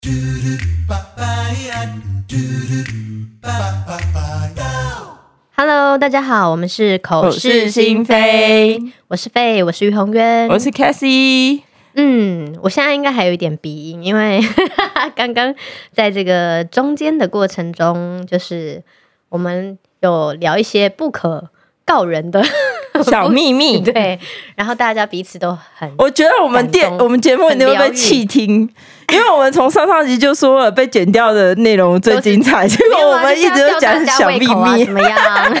Hello， 大家好，我们是口是心非，我是费，我是于宏渊， 我是 Cassie。 我现在应该还有一点鼻音，因为刚刚在这个中间的过程中，就是我们有聊一些不可告人的小秘密， 对，然后大家彼此都很， 我觉得我们节目一定会被弃听，因为我们从上集就说了被剪掉的内容最精彩，结果我们一直都讲小秘密， 怎么样？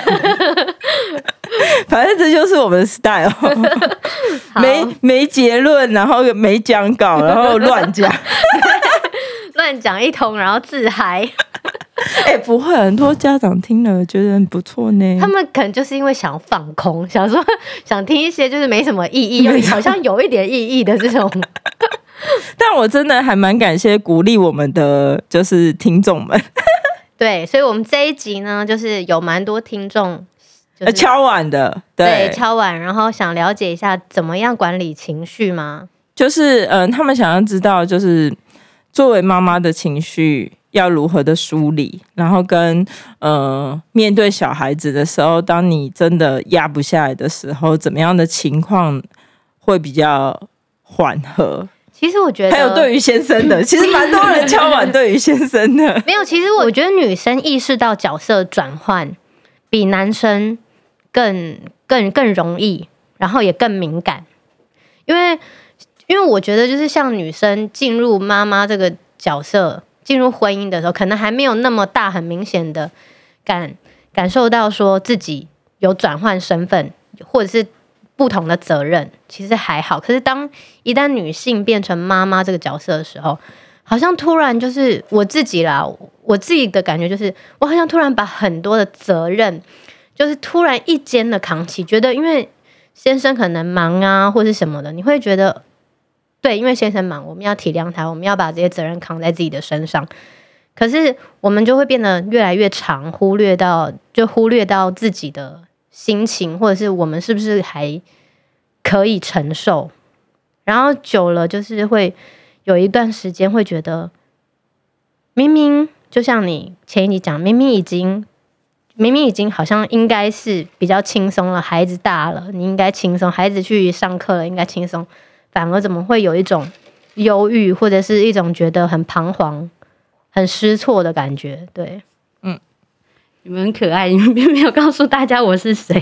反正这就是我们的 style， 没结论，然后没讲稿，然后乱讲， 乱讲一通，然后自嗨。 不会，很多家长听了觉得很不错呢。 他们可能就是因为想放空，想说想听一些就是没什么意义，又好像有一点意义的这种。 但我真的还蛮感谢鼓励我们的就是听众们。 对，所以我们这一集呢，就是有蛮多听众。 敲碗的， 对，敲碗，然后想了解一下怎么样管理情绪吗？ 就是他们想要知道，就是作为妈妈的情绪要如何的梳理，然后跟面对小孩子的时候，当你真的压不下来的时候，怎么样的情况会比较缓和？ 其实我觉得还有对于先生的，其实蛮多人敲碗对于先生的。 没有，其实我觉得女生意识到角色转换比男生更容易，然后也更敏感，因为我觉得就是像女生进入妈妈这个角色，进入婚姻的时候，可能还没有那么大很明显的感受到说自己有转换身份或者是不同的责任，其实还好。可是一旦女性变成妈妈这个角色的时候，好像突然就是我自己的感觉就是，我好像突然把很多的责任。就是突然一肩的扛起，觉得因为先生可能忙啊，或是什么的，你会觉得对，因为先生忙，我们要体谅他，我们要把这些责任扛在自己的身上。可是我们就会变得越来越长，忽略到自己的心情，或者是我们是不是还可以承受。然后久了，就是会有一段时间会觉得，明明就像你前一集讲，明明已经好像应该是比较轻松了，孩子大了，你应该轻松，孩子去上课了，应该轻松，反而怎么会有一种忧郁，或者是一种觉得很彷徨、很失措的感觉？对， 你们很可爱，你们并没有告诉大家我是谁。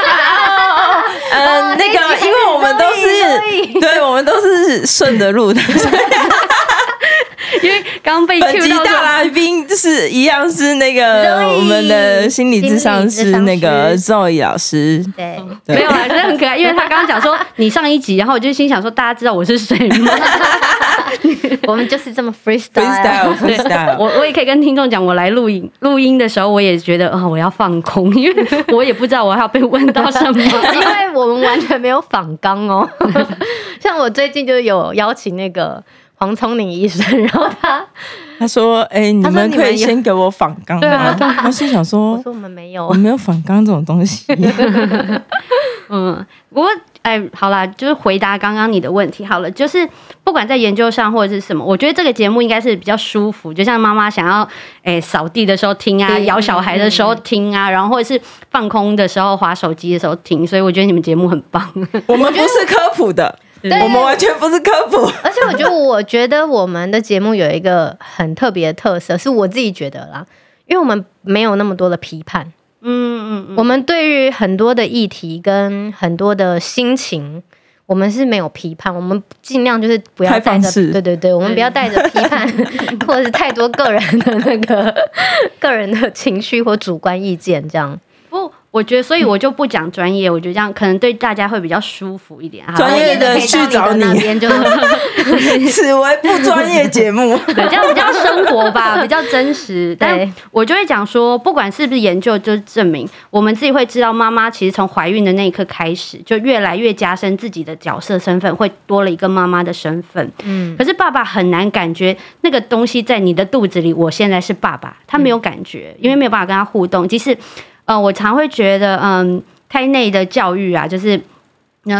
那个，因为我们都是，对，我们都是顺着录的。 因为刚被 Q 到，本集大来宾就是一样是那个我们的心理咨商师那个 Zoe 老师， 对， 没有啊，真的很可爱，因为他刚刚讲说你上一集，然后我就心想说大家知道我是谁吗？ 我们就是这么 freestyle。 我也可以跟听众讲，我来录音的时候，我也觉得我要放空，因为我也不知道我要被问到什么， 因为我们完全没有访纲哦。像我最近就有邀请那个黄聪宁医生，然后他说你们可以先给我访纲吗？我心想说， 我说我们没有， 我没有访纲这种东西。 不过好啦，就是回答刚刚你的问题好了，就是不管在研究上或者是什么，我觉得这个节目应该是比较舒服，就像妈妈想要扫地的时候听啊，摇小孩的时候听啊，然后或者是放空的时候滑手机的时候听，所以我觉得你们节目很棒。 我们不是科普的。我们完全不是科普， 而且我觉得我们的节目有一个很特别的特色，是我自己觉得啦，因为我们没有那么多的批判，我们对于很多的议题跟很多的心情，我们是没有批判，我们尽量就是不要带着，对，我们不要带着批判或者是太多个人的情绪或主观意见这样。 不，我觉得，所以我就不讲专业，我觉得这样可能对大家会比较舒服一点。 专业的去找你，此为不专业节目， 对，这样比较生活吧，比较真实。但我就会讲说，不管是不是研究，就证明我们自己会知道，妈妈其实从怀孕的那一刻开始，就越来越加深自己的角色身份，会多了一个妈妈的身份。可是爸爸很难感觉那个东西在你的肚子里，我现在是爸爸，他没有感觉，因为没有办法跟他互动。即使我常会觉得，胎内的教育啊，就是那什么，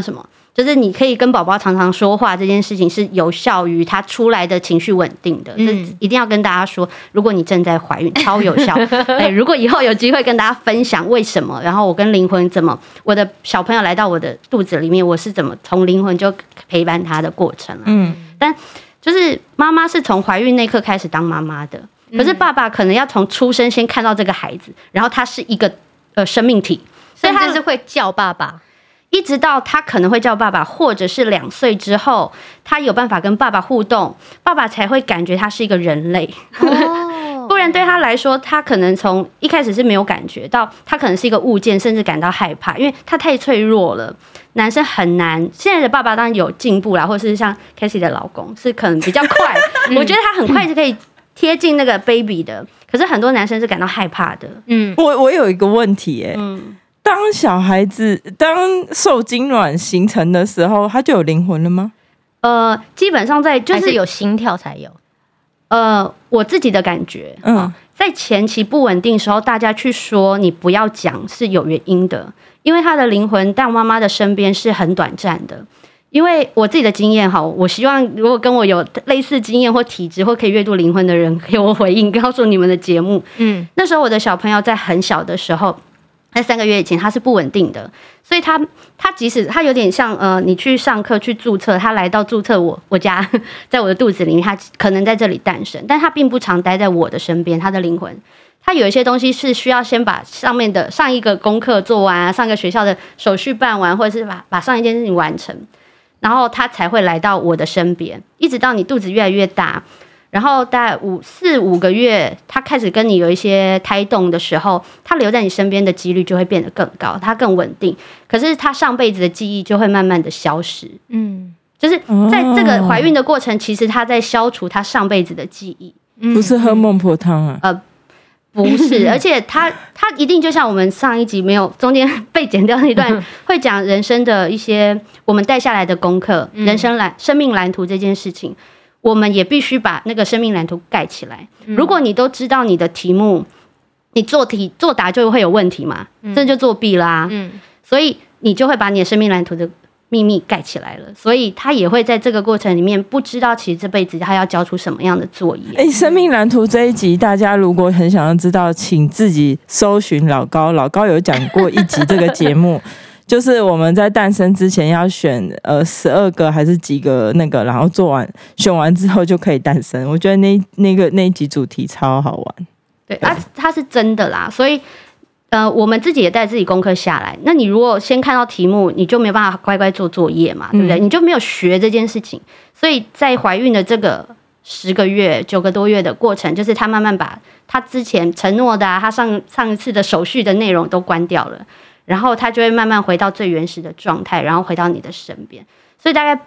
就是你可以跟宝宝常常说话这件事情是有效于他出来的情绪稳定的，这一定要跟大家说。如果你正在怀孕，超有效。如果以后有机会跟大家分享为什么，然后我跟灵魂怎么，我的小朋友来到我的肚子里面，我是怎么从灵魂就陪伴他的过程但就是妈妈是从怀孕那一刻开始当妈妈的，可是爸爸可能要从出生先看到这个孩子，然后他是一个生命体， 所以他是会叫爸爸。 一直到他可能会叫爸爸，或者是2岁之后，他有办法跟爸爸互动，爸爸才会感觉他是一个人类。不然对他来说，他可能从一开始是没有感觉到，他可能是一个物件，甚至感到害怕，因为他太脆弱了。男生很难，现在的爸爸当然有进步啦，或是像 Casey 的老公是可能比较快，我觉得他很快就可以贴近那个 baby 的，可是很多男生是感到害怕的。 我有一个问题当小孩子当受精卵形成的时候，他就有灵魂了吗？ 基本上还是有心跳才有。 我自己的感觉，在前期不稳定的时候，大家去说你不要讲是有原因的，因为他的灵魂到妈妈的身边是很短暂的。因为我自己的经验我希望如果跟我有类似经验或体质或可以阅读灵魂的人给我回应，告诉你们的节目。那时候我的小朋友在很小的时候，在3个月以前他是不稳定的，所以他即使他有点像你去上课去注册，他来到注册我家，在我的肚子里面，他可能在这里诞生，但他并不常待在我的身边，他的灵魂。他有一些东西是需要先把上一个功课做完上一个学校的手续办完，或者是把上一件事情完成，然后他才会来到我的身边，一直到你肚子越来越大，然后大概4-5个月，他开始跟你有一些胎动的时候，他留在你身边的几率就会变得更高，他更稳定。可是他上辈子的记忆就会慢慢的消失。就是在这个怀孕的过程，其实他在消除他上辈子的记忆。 不是喝孟婆汤啊？ 不是，而且他一定就像我们上一集没有中间被剪掉那段，会讲人生的一些我们带下来的功课，生命蓝图这件事情，我们也必须把那个生命蓝图盖起来。如果你都知道你的题目，你作答就会有问题嘛，这就作弊啦。所以你就会把你的生命蓝图的秘密盖起来了，所以他也会在这个过程里面不知道其实这辈子他要交出什么样的作业。 生命蓝图这一集大家如果很想要知道，请自己搜寻老高有讲过一集这个节目就是我们在诞生之前要选12个还是几个那个，然后选完之后就可以诞生。我觉得那一集主题超好玩。 对，它是真的啦，所以我们自己也带自己功课下来。那你如果先看到题目，你就没有办法乖乖做作业嘛，对不对？你就没有学这件事情。所以在怀孕的这个10个月、9个多月的过程，就是他慢慢把他之前承诺的他上一次的手续的内容都关掉了，然后他就会慢慢回到最原始的状态，然后回到你的身边。所以大概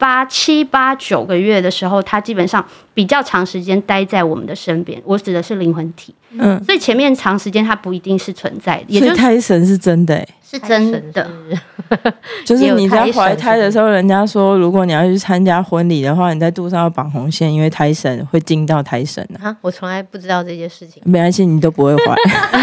7、8、9个月的时候，他基本上比较长时间待在我们的身边。我指的是灵魂体，所以前面长时间它不一定是存在的。 所以胎神是真的是真的。 就是你在怀胎的时候，人家说如果你要去参加婚礼的话，你在肚上要绑红线，因为胎神会惊到胎神啊。 我从来不知道这件事情。 没关系，你都不会怀。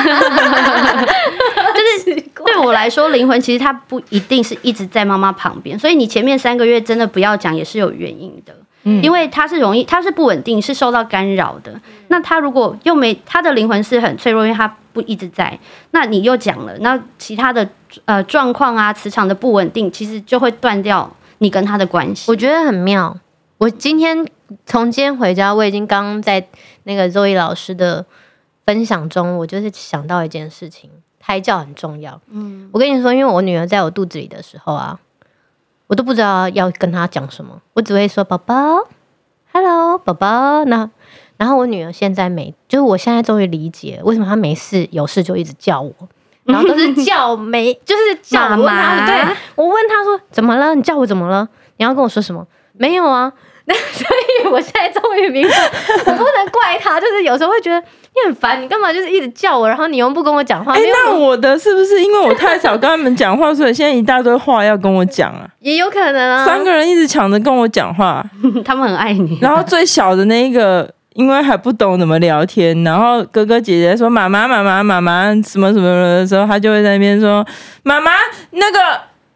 就是对我来说，灵魂其实它不一定是一直在妈妈旁边，所以你前面3个月真的不要讲，也是有原因的。因为它是不稳定，是受到干扰的。那他如果他的灵魂是很脆弱，因为他不一直在。那你又讲了，那其他的状况啊，磁场的不稳定，其实就会断掉你跟他的关系。 我觉得很妙。我从今天回家，我已经刚在那个 Zoe 老师的分享中，我就是想到一件事情，胎教很重要。我跟你说，因为我女儿在我肚子里的时候啊，我都不知道要跟她讲什么，我只会说宝宝 ，Hello， 宝宝。然后我女儿现在就是我现在终于理解为什么她没事有事就一直叫我，然后都是叫就是叫我问她，对，我问她说怎么了？你叫我怎么了？你要跟我说什么？没有啊。所以我现在终于明白，我不能怪他，就是有时候会觉得你很烦，你干嘛就是一直叫我，然后你又不跟我讲话。 那我的是不是因为我太少跟他们讲话，所以现在一大堆话要跟我讲啊？ 也有可能啊 ，3个人一直抢着跟我讲话， 他们很爱你。 然后最小的那一个，因为还不懂怎么聊天，然后哥哥姐姐说妈妈什么什么的时候，他就会在那边说妈妈那个。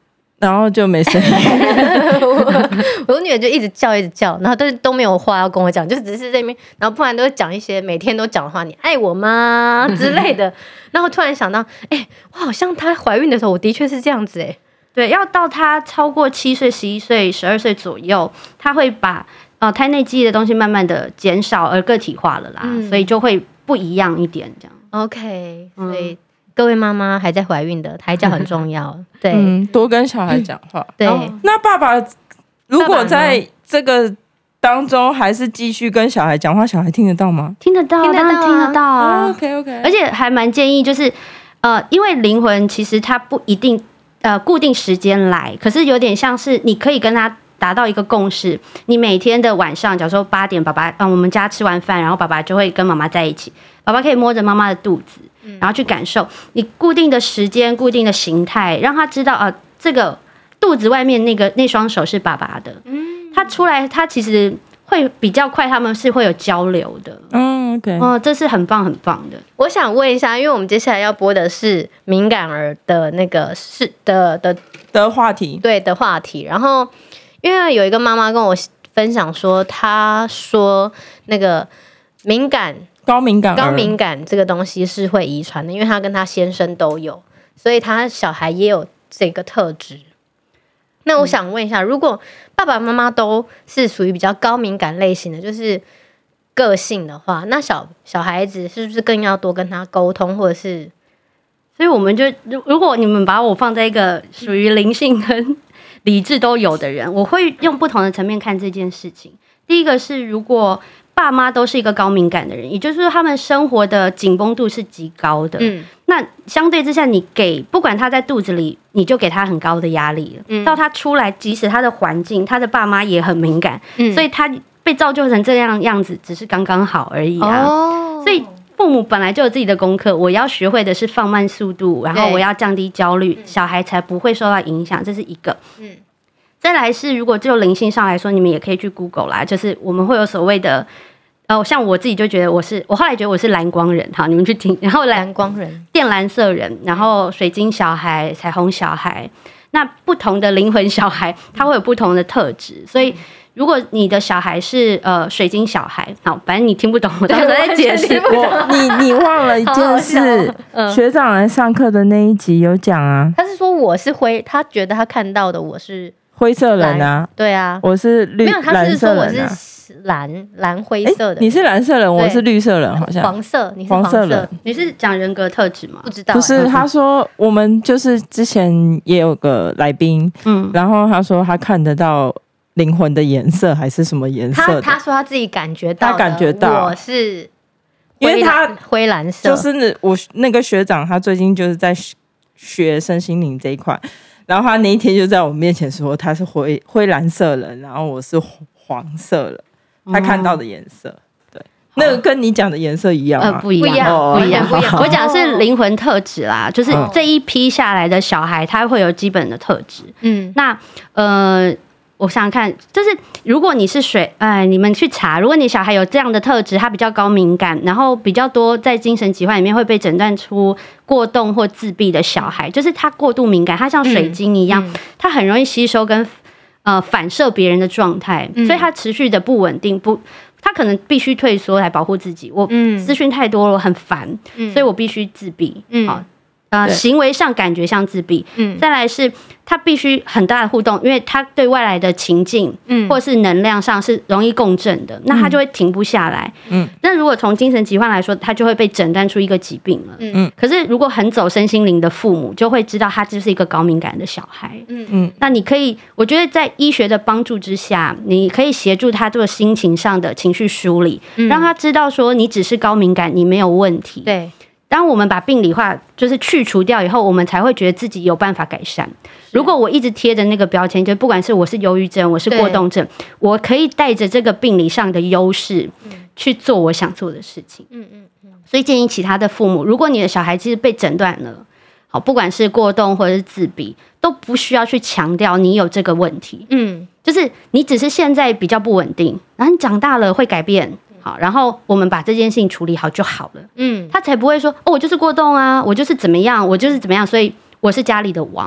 然后就没声音。 我女儿就一直叫，然后但是都没有话要跟我讲，就只是在那边，然后不然都会讲一些每天都讲的话，你爱我吗之类的。然后突然想到，我好像她怀孕的时候，我的确是这样子对，要到她超过7岁、11岁、12岁左右，她会把胎内记忆的东西慢慢的减少而个体化了啦，所以就会不一样一点这样。 OK， 所以各位妈妈还在怀孕的，胎教很重要。对， 多跟小孩讲话。 对， 那爸爸如果在这个当中还是继续跟小孩讲话，小孩听得到吗？ 听得到，当然听得到啊。 OK， 而且还蛮建议，就是因为灵魂其实它不一定固定时间来，可是有点像是你可以跟他达到一个共识。你每天的晚上，假如说8点，爸爸我们家吃完饭，然后爸爸就会跟妈妈在一起，爸爸可以摸着妈妈的肚子，然后去感受你固定的时间、固定的形态，让他知道这个肚子外面那双手是爸爸的。他出来，他其实会比较快，他们是会有交流的。 OK， 这是很棒很棒的。 我想问一下，因为我们接下来要播的是敏感儿的那个的话题， 对的话题。然后，因为有一个妈妈跟我分享说，她说那个高敏感这个东西是会遗传的，因为她跟她先生都有，所以她小孩也有这个特质。那我想问一下，如果爸爸妈妈都是属于比较高敏感类型的，就是个性的话，那小孩子是不是更要多跟他沟通，或者是？ 所以我们就，如果你们把我放在一个属于灵性跟理智都有的人，我会用不同的层面看这件事情。第一个是，如果爸妈都是一个高敏感的人，也就是说他们生活的紧绷度是极高的，那相对之下，你不管他在肚子里，你就给他很高的压力了，到他出来，即使他的环境，他的爸妈也很敏感，所以他被造就成这样子，只是刚刚好而已啊。所以父母本来就有自己的功课，我要学会的是放慢速度，然后我要降低焦虑，小孩才不会受到影响，这是一个。再来是，如果就灵性上来说，你们也可以去 Google 啦，就是我们会有所谓的，像我自己就觉得我后来觉得我是蓝光人，好，你们去听，然后蓝光人、 靛蓝色人，然后水晶小孩、彩虹小孩，那不同的灵魂小孩，他会有不同的特质，所以如果你的小孩是水晶小孩，好，反正你听不懂，我到时候再解释。 你忘了一件事，学长来上课的那一集有讲啊， 他是说我是他觉得他看到的我是灰色人啊， 对啊， 我是没有，他是说我是蓝灰色的， 你是蓝色人，我是绿色人，好像黄色，你是黄色人， 你是讲人格特质吗？ 不知道， 不是，他说我们就是之前也有个来宾，然后他说他看得到灵魂的颜色还是什么颜色的， 他说他自己感觉到，我是因为他灰蓝色， 就是我那个学长，他最近就是在学身心灵这一块。然后他那一天就在我面前说他是灰蓝色人，然后我是黄色人，他看到的颜色，对，那个跟你讲的颜色一样吗？ 不一样。我讲的是灵魂特质啦，就是这一批下来的小孩，他会有基本的特质。那我想想看，就是如果你是你们去查，如果你小孩有这样的特质，他比较高敏感，然后比较多在精神疾患里面会被诊断出过动或自闭的小孩，就是他过度敏感，他像水晶一样，他很容易吸收跟反射别人的状态，所以他持续的不稳定，他可能必须退缩来保护自己。我资讯太多了，我很烦，所以我必须自闭。行为上感觉像自闭，再来是他必须很大的互动，因为他对外来的情境，或是能量上是容易共振的，那他就会停不下来。那如果从精神疾患来说，他就会被诊断出一个疾病了。可是如果很走身心灵的父母，就会知道他就是一个高敏感的小孩。那你可以，我觉得在医学的帮助之下，你可以协助他做心情上的情绪梳理，让他知道说你只是高敏感，你没有问题。 对。 当我们把病理化就是去除掉以后，我们才会觉得自己有办法改善。如果我一直贴着那个标签，就不管是我是忧郁症，我是过动症，我可以带着这个病理上的优势去做我想做的事情。所以建议其他的父母，如果你的小孩其实被诊断了，好，不管是过动或者是自闭，都不需要去强调你有这个问题。就是你只是现在比较不稳定，然后你长大了会改变。好，然后我们把这件事情处理好就好了。他才不会说我就是过动啊，我就是怎么样，我就是怎么样，所以我是家里的王。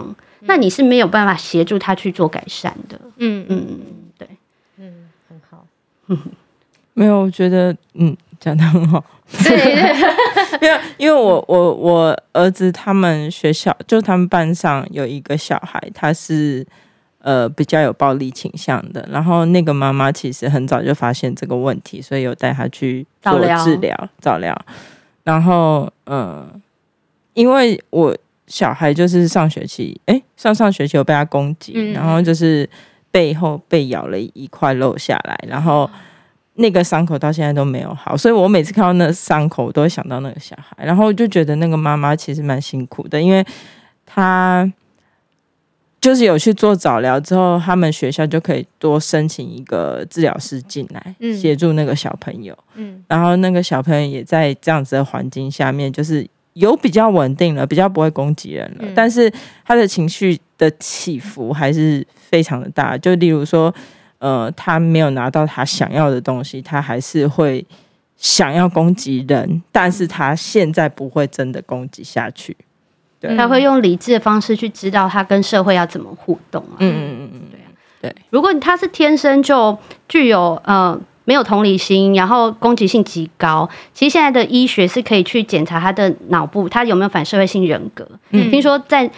那你是没有办法协助他去做改善的。对， 很好。 没有，我觉得讲得很好。对，因为我儿子他们学校就他们班上有一个小孩，他是比较有暴力倾向的，然后那个妈妈其实很早就发现这个问题，所以有带他去做治疗早疗。然后因为我小孩就是上学期有被他攻击，然后就是背后被咬了一块肉下来，然后那个伤口到现在都没有好，所以我每次看到那伤口我都会想到那个小孩，然后就觉得那个妈妈其实蛮辛苦的，因为她就是有去做早疗之后，他们学校就可以多申请一个治疗师进来协助那个小朋友，然后那个小朋友也在这样子的环境下面，就是有比较稳定了，比较不会攻击人了，但是他的情绪的起伏还是非常的大，就例如说他没有拿到他想要的东西，他还是会想要攻击人，但是他现在不会真的攻击下去，对， 他会用理智的方式去知道他跟社会要怎么互动啊。对。如果他是天生就具有没有同理心，然后攻击性极高，其实现在的医学是可以去检查他的脑部，他有没有反社会性人格。听说在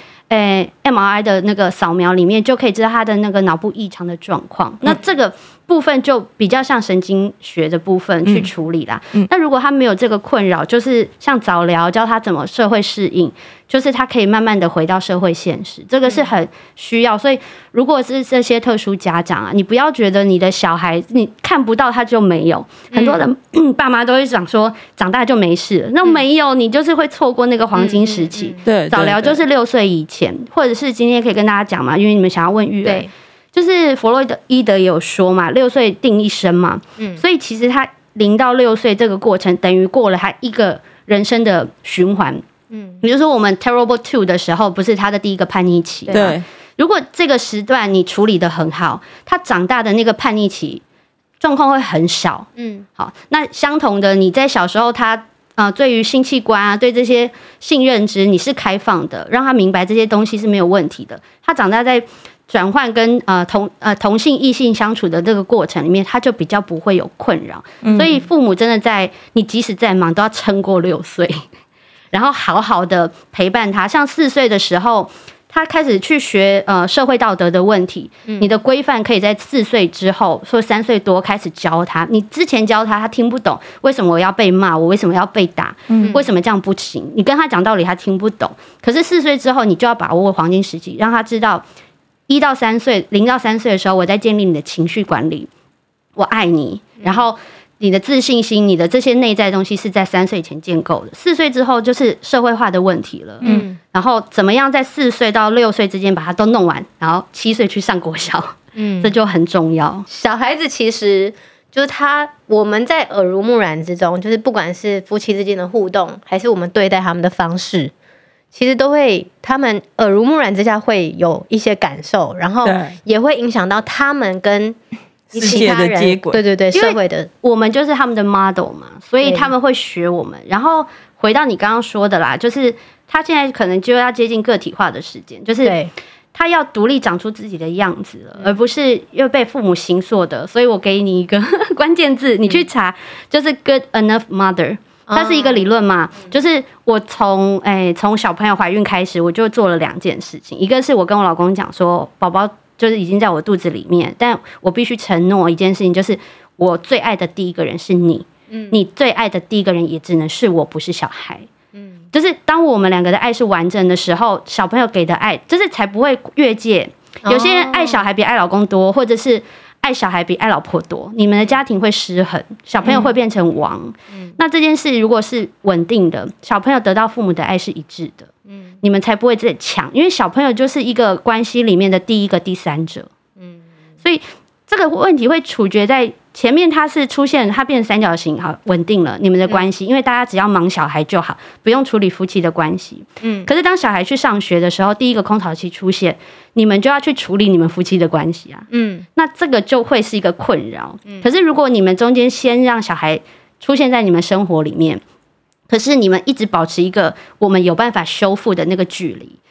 MRI 的那个扫描里面就可以知道他的那个脑部异常的状况。那这个部分就比较像神经学的部分去处理啦。那如果他没有这个困扰，就是像早疗教他怎么社会适应，就是他可以慢慢的回到社会现实，这个是很需要。所以如果是这些特殊家长啊，你不要觉得你的小孩你看不到他就没有，很多的爸妈都会讲说长大就没事了，那没有，你就是会错过那个黄金时期。 对， 早疗就是6岁以前，或者是今天可以跟大家讲嘛，因为你们想要问育儿，就是弗洛伊德也有说嘛，6岁定一生嘛，所以其实他0到6岁这个过程等于过了他一个人生的循环。比如说我们 Terrible 2的时候，不是他的第一个叛逆期， 对， 如果这个时段你处理得很好，他长大的那个叛逆期状况会很少。好，那相同的，你在小时候他对于性器官啊，对这些性认知你是开放的，让他明白这些东西是没有问题的，他长大在转换跟同性异性相处的这个过程里面，他就比较不会有困扰。所以父母真的在你即使再忙都要撑过6岁，然后好好的陪伴他。像4岁的时候，他开始去学社会道德的问题，你的规范可以在4岁之后，说3岁多开始教他。你之前教他，他听不懂，为什么我要被骂，我为什么要被打，为什么这样不行？你跟他讲道理，他听不懂。可是4岁之后，你就要把握黄金时期，让他知道1到3岁、0到3岁的时候，我在建立你的情绪管理，我爱你，然后你的自信心，你的这些内在的东西是在3岁前建构的。4岁之后就是社会化的问题了。然后怎么样在4岁到6岁之间把它都弄完，然后7岁去上国小，这就很重要。 小孩子其实就是我们在耳濡目染之中，就是不管是夫妻之间的互动，还是我们对待他们的方式，其实都会他们耳濡目染之下会有一些感受，然后也会影响到他们跟世界的接轨， 对，社会的， 我们就是他们的 model 嘛，所以他们会学我们。然后回到你刚刚说的啦，就是他现在可能就要接近个体化的时间，就是他要独立长出自己的样子了，而不是又被父母形塑的。所以我给你一个关键字，你去查，就是 good enough mother。它是一个理论嘛，就是我从小朋友怀孕开始，我就做了2件事情。一个是我跟我老公讲说，宝宝就是已经在我肚子里面，但我必须承诺一件事情，就是我最爱的第一个人是你，你最爱的第一个人也只能是我，不是小孩。就是当我们2个的爱是完整的时候，小朋友给的爱就是才不会越界。有些人爱小孩比爱老公多，或者是爱小孩比爱老婆多，你们的家庭会失衡，小朋友会变成王。那这件事如果是稳定的，小朋友得到父母的爱是一致的，你们才不会在抢，因为小朋友就是一个关系里面的第一个第三者。所以这个问题会处决在前面，它是出现，它变成三角形，好，稳定了你们的关系，因为大家只要忙小孩就好，不用处理夫妻的关系。可是当小孩去上学的时候，第一个空巢期出现，你们就要去处理你们夫妻的关系啊。那这个就会是一个困扰。可是如果你们中间先让小孩出现在你们生活里面，可是你们一直保持一个我们有办法修复的那个距离，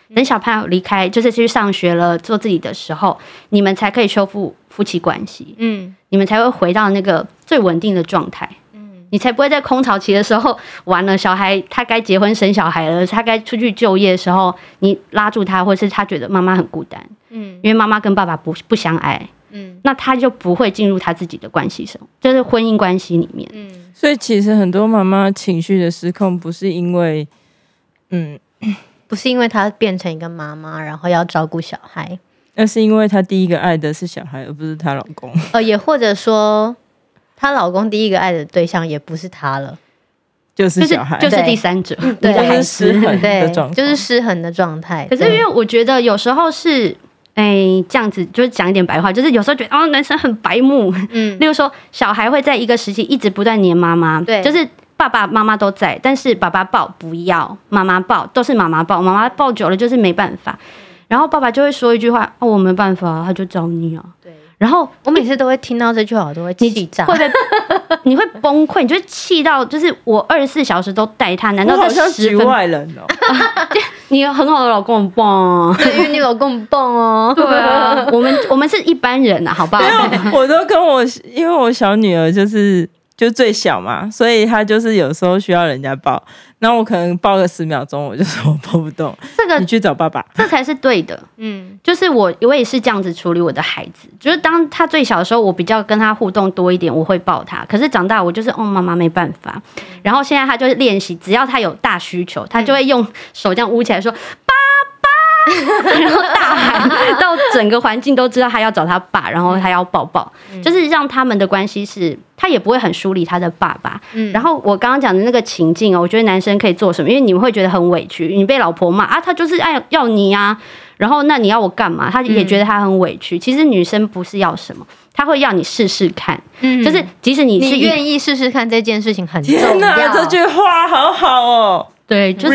等小朋友离开，就是去上学了，做自己的时候，你们才可以修复夫妻关系。你们才会回到那个最稳定的状态。你才不会在空巢期的时候，完了小孩他该结婚生小孩了，他该出去就业的时候，你拉住他，或是他觉得妈妈很孤单，因为妈妈跟爸爸不相爱，那他就不会进入他自己的关系生活，就是婚姻关系里面。 所以其实很多妈妈情绪的失控，不是因为， 不是因为她变成一个妈妈，然后要照顾小孩， 那是因为她第一个爱的是小孩，而不是她老公。 也或者说。她老公第一个爱的对象也不是她了， 就是小孩， 就是第三者， 对， 就是失衡的状态， 就是失衡的状态。 可是因为我觉得有时候是，这样子就是讲一点白话，就是有时候觉得男生很白目，例如说小孩会在一个时期一直不断黏妈妈，对，就是爸爸妈妈都在，但是爸爸抱不要，妈妈抱都是妈妈抱，妈妈抱久了就是没办法，然后爸爸就会说一句话，我没办法，他就找你啊，对。然后我每次都会听到这句话，我都会气炸， 你会崩溃，你就会气到，就是我24小时都带他，难道我好像局外人哦？ 你有很好的老公很棒， 对，因为你老公很棒哦。 对啊，我们是一般人啊，好不好？ 我都跟因为我小女儿就最小嘛，所以她就是有时候需要人家抱，然后我可能抱个10秒钟，我就说我抱不动，你去找爸爸， 这才是对的。就是我也是这样子处理我的孩子，就是当他最小的时候，我比较跟他互动多一点，我会抱他。可是长大我就是妈妈没办法，然后现在他就是练习，只要他有大需求，他就会用手这样捂起来说爸爸，然后大喊到整个环境都知道他要找他爸，然后他要抱抱，就是让他们的关系是。他也不会很疏离他的爸爸，然后我刚刚讲的那个情境我觉得男生可以做什么？因为你们会觉得很委屈，你被老婆骂啊，他就是爱要你啊，然后那你要我干嘛？他也觉得他很委屈。其实女生不是要什么，他会要你试试看，就是即使你愿意试试看这件事情很重要。 天哪，这句话好好哦， 对，就是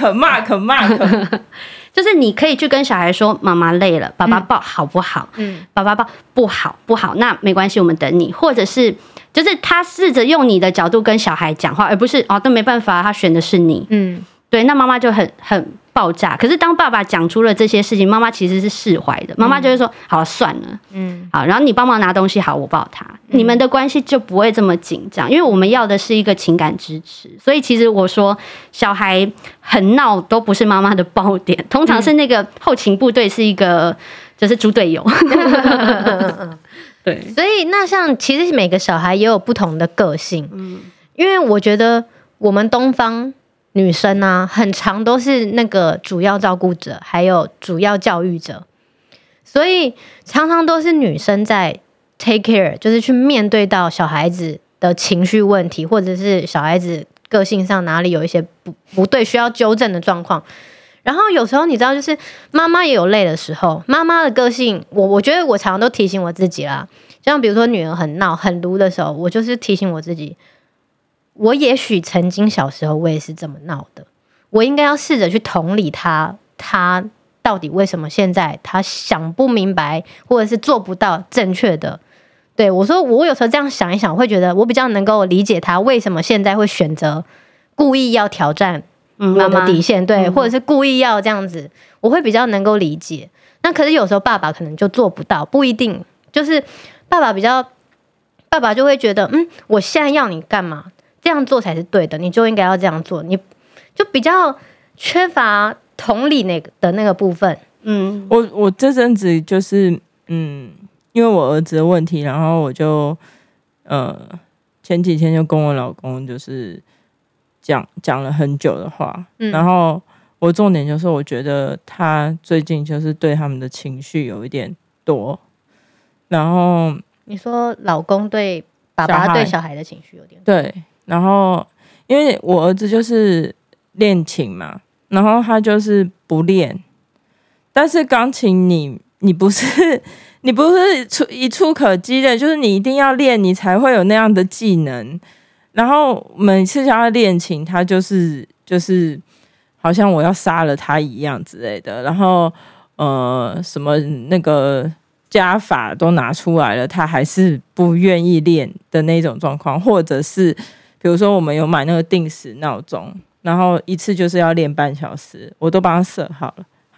remark 就是你可以去跟小孩说，妈妈累了，爸爸抱好不好？爸爸抱不好，那没关系，我们等你，或者是。就是他试着用你的角度跟小孩讲话，而不是都没办法，他选的是你。对，那妈妈就很爆炸。可是当爸爸讲出了这些事情，妈妈其实是释怀的。妈妈就会说：“好，算了，好，然后你帮忙拿东西，好，我抱他。”你们的关系就不会这么紧张，因为我们要的是一个情感支持。所以其实我说，小孩很闹都不是妈妈的爆点，通常是那个后勤部队是一个就是猪队友。对， 所以那像其实每个小孩也有不同的个性，因为我觉得我们东方女生啊，很常都是那个主要照顾者，还有主要教育者，所以常常都是女生在 take care， 就是去面对到小孩子的情绪问题，或者是小孩子个性上哪里有一些不对需要纠正的状况。然后有时候你知道，就是妈妈也有累的时候，妈妈的个性，我觉得我常常都提醒我自己啦。像比如说女儿很闹很撸的时候，我就是提醒我自己，我也许曾经小时候我也是这么闹的，我应该要试着去同理她到底为什么现在她想不明白，或者是做不到正确的。对，我说我有时候这样想一想，我会觉得我比较能够理解她为什么现在会选择故意要挑战我的底线，对，或者是故意要这样子，我会比较能够理解。那可是有时候爸爸可能就做不到，不一定，就是爸爸就会觉得，我现在要你干嘛？这样做才是对的，你就应该要这样做，你就比较缺乏同理的那个部分。 我这阵子就是因为我儿子的问题，然后我就前几天就跟我老公就是讲了很久的话，然后我重点就是我觉得他最近就是对他们的情绪有一点多，然后你说老公对爸爸对小孩的情绪有点多， 对，然后因为我儿子就是练琴嘛，然后他就是不练，但是钢琴你不是一触可及的，就是你一定要练，你才会有那样的技能。然后每次叫他练琴，他就是好像我要杀了他一样之类的。然后什么那个加法都拿出来了，他还是不愿意练的那种状况。或者是比如说我们有买那个定时闹钟，然后一次就是要练半小时，我都帮他设好了，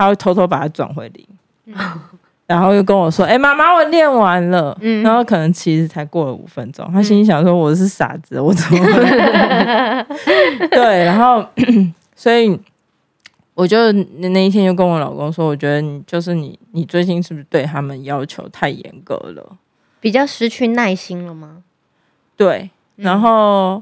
他会偷偷把它转回零，然后又跟我说：“妈妈，我练完了。”然后可能其实才过了5分钟，他心里想说：“我是傻子，我怎么会？”对，然后所以我就那一天就跟我老公说：“我觉得你最近是不是对他们要求太严格了？ 比较失去耐心了吗？” 对，然后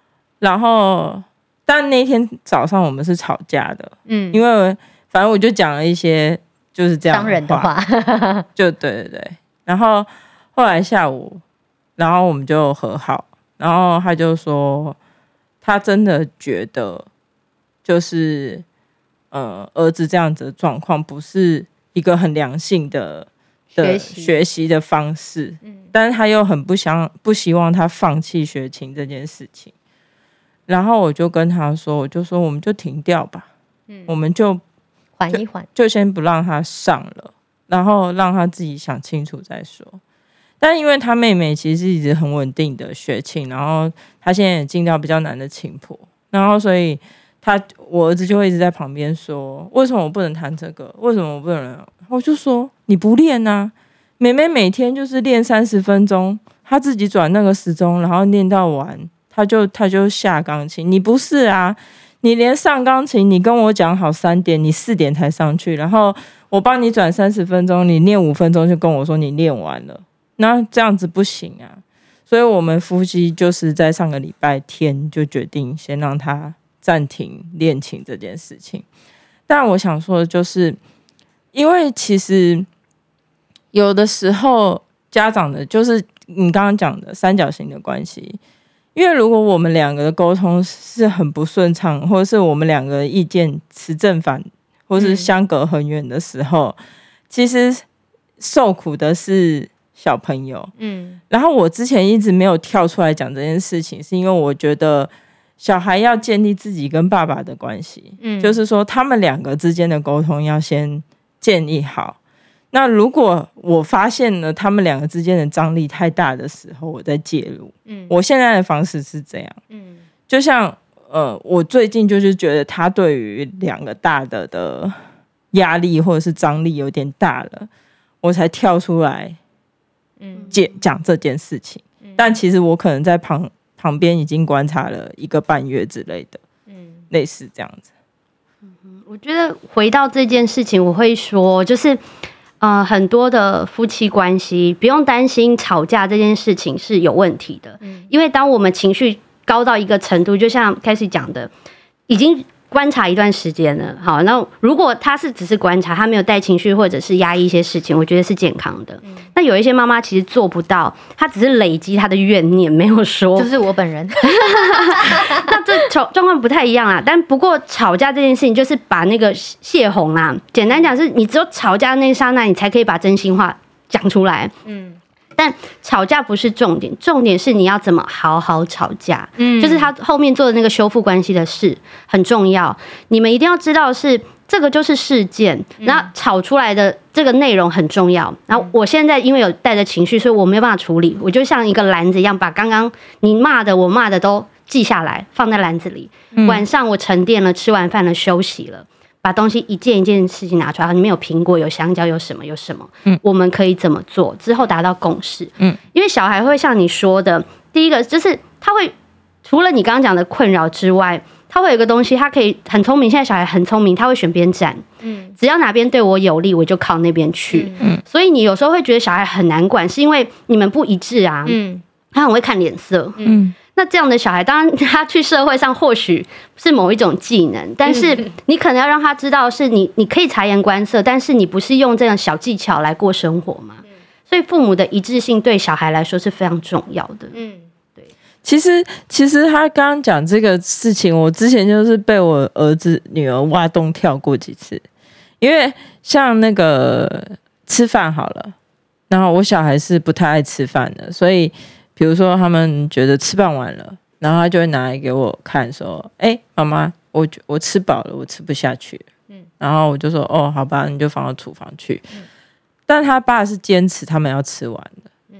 但那天早上我们是吵架的，因为反正我就讲了一些就是这样伤人的话， 就对，然后后来下午，然后我们就和好，然后他就说他真的觉得就是儿子这样子的状况不是一个很良性的学习的方式，但是他又很不希望他放弃学琴这件事情。然后我就跟他说，我们就停掉吧，我们就缓一缓， 就先不让他上了，然后让他自己想清楚再说。但因为他妹妹其实是一直很稳定的学琴，然后他现在也进到比较难的琴谱，然后所以我儿子就会一直在旁边说：“为什么我不能弹这个？为什么我不能？”我就说：“你不练啊，妹妹每天就是练30分钟，她自己转那个时钟，然后练到完。”他就下钢琴，你不是啊？你连上钢琴，你跟我讲好3点，你4点才上去，然后我帮你转30分钟，你练5分钟就跟我说你练完了，那这样子不行啊。所以我们夫妻就是在上个礼拜天就决定先让他暂停练琴这件事情。但我想说的就是，因为其实有的时候家长的就是你刚刚讲的三角形的关系。因为如果我们两个的沟通是很不顺畅，或者是我们两个意见持正反，或是相隔很远的时候，其实受苦的是小朋友。然后我之前一直没有跳出来讲这件事情，是因为我觉得小孩要建立自己跟爸爸的关系，就是说他们两个之间的沟通要先建立好。那如果我发现了他们两个之间的张力太大的时候，我再介入。我现在的方式是这样。就像我最近就是觉得他对于2个大的压力或者是张力有点大了，我才跳出来讲这件事情。但其实我可能在旁边已经观察了1个半月之类的，类似这样子。 我觉得回到这件事情，我会说就是。很多的夫妻关系不用担心吵架这件事情是有问题的，因为当我们情绪高到一个程度，就像开始讲的，已经观察一段时间了。好，那如果他是只是观察，他没有带情绪或者是压抑一些事情，我觉得是健康的。那有一些妈妈其实做不到，她只是累积她的怨念，没有说， 就是我本人。 那这状况不太一样啦。但不过吵架这件事情，就是把那个泄洪啊，简单讲是你只有吵架那一刹那，你才可以把真心话讲出来。但吵架不是重点，重点是你要怎么好好吵架。就是他后面做的那个修复关系的事很重要。你们一定要知道是这个就是事件，然后吵出来的这个内容很重要。然后我现在因为有带着情绪，所以我没有办法处理，我就像一个篮子一样，把刚刚你骂的、我骂的都记下来，放在篮子里。晚上我沉淀了，吃完饭了，休息了。把东西一件一件事情拿出来，里面有苹果，有香蕉，有什么，我们可以怎么做？之后达到共识。因为小孩会像你说的，第一个就是他会除了你刚刚讲的困扰之外，他会有一个东西，他可以很聪明。现在小孩很聪明，他会选边站。只要哪边对我有利，我就靠那边去。所以你有时候会觉得小孩很难管，是因为你们不一致啊。他很会看脸色。那这样的小孩，当然他去社会上或许是某一种技能，但是你可能要让他知道，是你可以察言观色，但是你不是用这样小技巧来过生活嘛。所以父母的一致性对小孩来说是非常重要的。对。 其实他刚刚讲这个事情，我之前就是被我儿子女儿挖洞跳过几次，因为像那个吃饭好了，然后我小孩是不太爱吃饭的，所以。比如说他们觉得吃饭完了，然后他就会拿来给我看说：“妈妈，我吃饱了，我吃不下去。”然后我就说：“哦，好吧，你就放到厨房去。”但他爸是坚持他们要吃完的，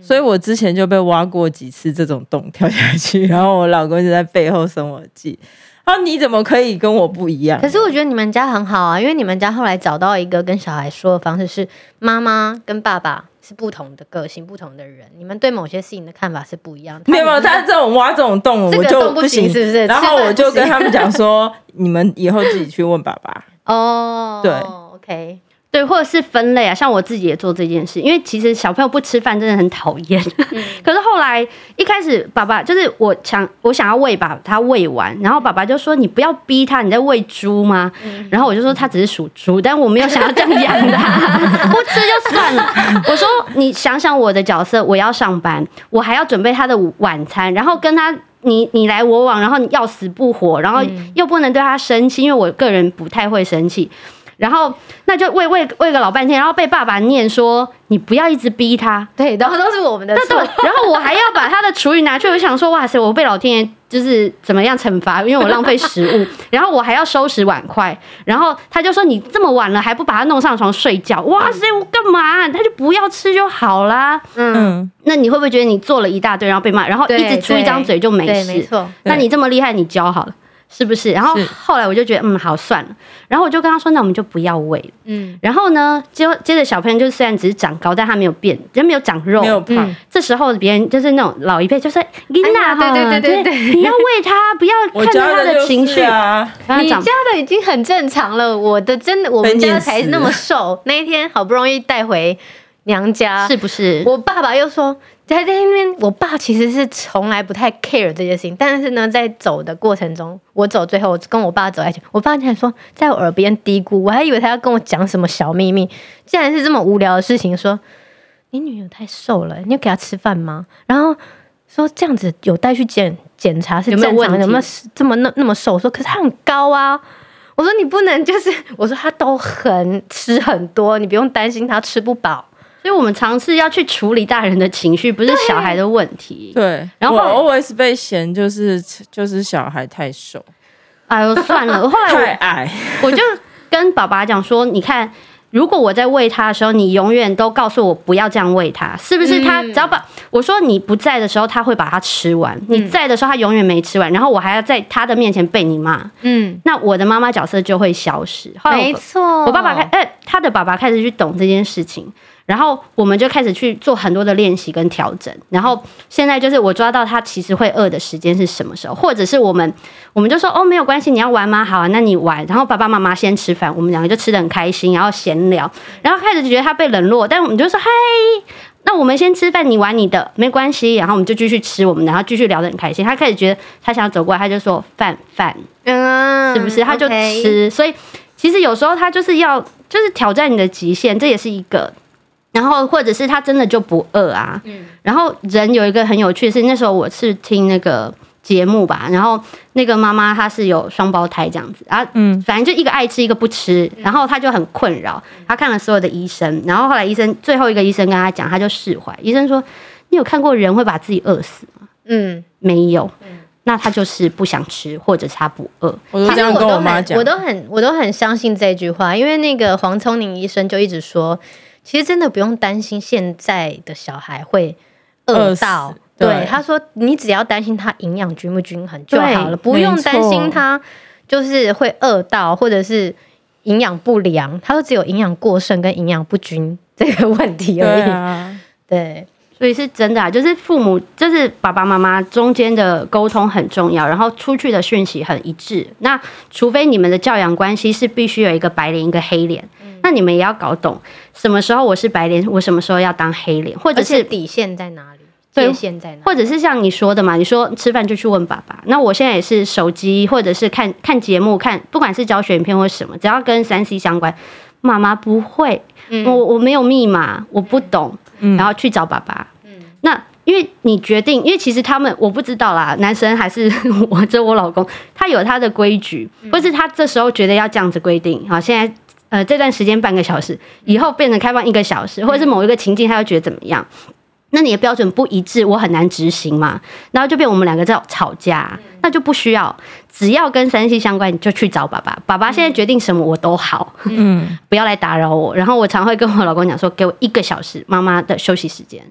所以我之前就被挖过几次这种洞跳下去，然后我老公就在背后生我气。你怎么可以跟我不一样？ 可是我觉得你们家很好啊，因为你们家后来找到一个跟小孩说的方式是，妈妈跟爸爸是不同的个性、不同的人，你们对某些事情的看法是不一样的。 没有，他这种挖这种洞，我就不行，是不是？ 然后我就跟他们讲说，你们以后自己去问爸爸。 对 ，OK。对，或者是分类啊，像我自己也做这件事，因为其实小朋友不吃饭真的很讨厌。可是后来一开始，爸爸就是我想要喂把他喂完，然后爸爸就说：“你不要逼他，你在喂猪吗？”然后我就说：“他只是属猪，但我没有想要这样养他，不吃就算了。”我说：“你想想我的角色，我要上班，我还要准备他的晚餐，然后跟他。”你来我往，然后你要死不活，然后又不能对他生气，因为我个人不太会生气。然后那就喂个老半天，然后被爸爸念说你不要一直逼他， 对，然后都是我们的错。 然后我还要把他的厨余拿去，我想说哇塞，我被老天爷就是怎么样惩罚，因为我浪费食物，然后我还要收拾碗筷，然后他就说你这么晚了还不把他弄上床睡觉，哇塞，我干嘛？他就不要吃就好啦。那你会不会觉得你做了一大堆，然后被骂，然后一直出一张嘴就没事？ 没错。 那你这么厉害，你教好了。是不是？然后后来我就觉得，好算了。然后我就跟他说，那我们就不要喂了。然后呢，接着小朋友就虽然只是长高，但他没有变，就没有长肉， 没有胖。 这时候别人就是那种老一辈，就说：“Lina，对，你要喂他，不要看到他的情绪。” 你家的已经很正常了，我们家才那么瘦。那一天好不容易带回娘家， 是不是？ 我爸爸又说。在那边，我爸其实是从来不太 care 这件事情，但是呢，在走的过程中，我走最后跟我爸走在一起，我爸竟然说在我耳边嘀咕，我还以为他要跟我讲什么小秘密，竟然是这么无聊的事情，说你女儿太瘦了，你有给她吃饭吗？然后说这样子有带去检查是正常，有没有这么那么瘦？我说可是她很高啊，我说你不能我说她都吃很多，你不用担心她吃不饱。 所以我们尝试要去处理大人的情绪，不是小孩的问题。 对，然后我 always 被嫌就是小孩太瘦。 哎呦，算了，后来太矮， 我就跟爸爸讲说，你看。如果我在喂他的时候，你永远都告诉我不要这样喂他，是不是？他只要我说你不在的时候，他会把它吃完；你在的时候，他永远没吃完。然后我还要在他的面前被你骂，那我的妈妈角色就会消失。 没错， 我爸爸他的爸爸开始去懂这件事情，然后我们就开始去做很多的练习跟调整。然后现在就是我抓到他其实会饿的时间是什么时候，或者是我们就说哦没有关系，你要玩吗？好啊，那你玩。然后爸爸妈妈先吃饭，我们两个就吃得很开心，然后闲聊，然后开始就觉得他被冷落，但我们就说嗨，那我们先吃饭，你玩你的没关系，然后我们就继续吃我们的，然后继续聊得很开心。他开始觉得他想要走过来，他就说饭，是不是？他就吃，所以其实有时候他就是挑战你的极限，这也是一个。然后或者是他真的就不饿啊，然后人有一个很有趣的是，那时候我是听那个节目吧，然后那个妈妈她是有双胞胎这样子啊，反正就一个爱吃一个不吃，然后她就很困扰，她看了所有的医生，然后后来最后一个医生跟她讲，她就释怀。医生说：“你有看过人会把自己饿死吗？”没有。那他就是不想吃，或者是他不饿。 我都这样跟我妈讲， 我都很相信这句话，因为那个黄聪宁医生就一直说，其实真的不用担心现在的小孩会饿到。对，他说你只要担心他营养均不均衡就好了，不用担心他就是会饿到或者是营养不良。他说只有营养过剩跟营养不均这个问题而已。对。 所以是真的啊，就是父母，就是爸爸妈妈中间的沟通很重要，然后出去的讯息很一致。那除非你们的教养关系是必须有一个白脸一个黑脸，那你们也要搞懂什么时候我是白脸，我什么时候要当黑脸，或者是底线在哪里，界限在哪里， 或者是像你说的嘛，你说吃饭就去问爸爸。那我现在也是手机或者是看节目，不管是教学影片或什么，只要跟3C 相关，妈妈不会，我没有密码，我不懂，然后去找爸爸。那因为你决定，因为其实他们我不知道啦，男生还是我老公，他有他的规矩，或是他这时候觉得要这样子规定。好，现在这段时间半个小时，以后变成开放1个小时，或者是某一个情境，他又觉得怎么样？那你的标准不一致，我很难执行嘛，然后就变我们两个在吵架，那就不需要，只要跟3C相关，你就去找爸爸。爸爸现在决定什么我都好，不要来打扰我。然后我常会跟我老公讲说，给我1个小时妈妈的休息时间。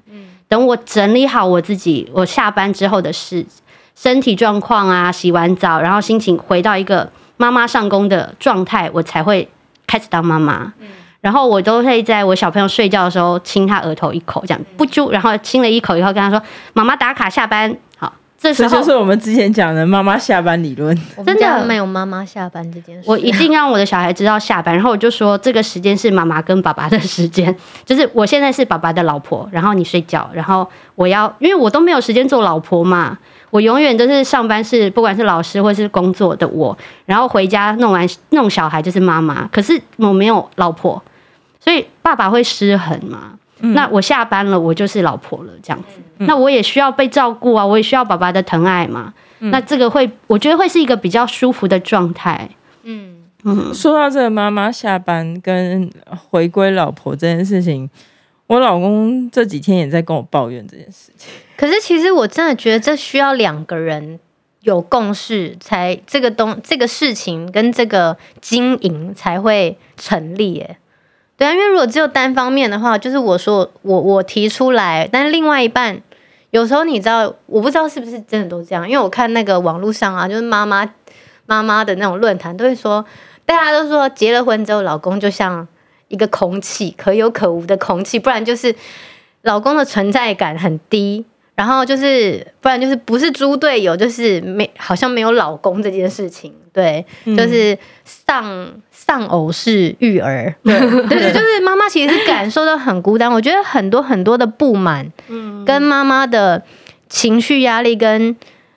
等我整理好我自己，我下班之后的事，身体状况啊，洗完澡，然后心情回到一个妈妈上工的状态，我才会开始当妈妈。然后我都会在我小朋友睡觉的时候亲他额头一口，这样不啾，然后亲了一口以后跟他说：“妈妈打卡下班。”好，这时候这就是我们之前讲的妈妈下班理论。 真的没有妈妈下班这件事， 我一定让我的小孩知道下班，然后我就说这个时间是妈妈跟爸爸的时间，就是我现在是爸爸的老婆，然后你睡觉，然后因为我都没有时间做老婆嘛，我永远都是上班是不管是老师或是工作的我，然后回家弄小孩就是妈妈，可是我没有老婆，所以爸爸会失衡嘛。那我下班了，我就是老婆了，这样子。那我也需要被照顾啊，我也需要爸爸的疼爱嘛。那这个我觉得会是一个比较舒服的状态。 说到这个妈妈下班跟回归老婆这件事情，我老公这几天也在跟我抱怨这件事情。 可是其实我真的觉得这需要2个人有共识，才这个事情跟这个经营才会成立耶。对啊，因为如果只有单方面的话，就是我说我提出来，但是另外一半有时候你知道，我不知道是不是真的都这样，因为我看那个网络上啊，就是妈妈的那种论坛都会说，大家都说结了婚之后，老公就像一个空气，可有可无的空气，不然就是老公的存在感很低。然后不然就是不是猪队友，就是好像没有老公这件事情，对，就是丧偶式育儿，对，就是妈妈其实是感受到很孤单。我觉得很多很多的不满，跟妈妈的情绪压力跟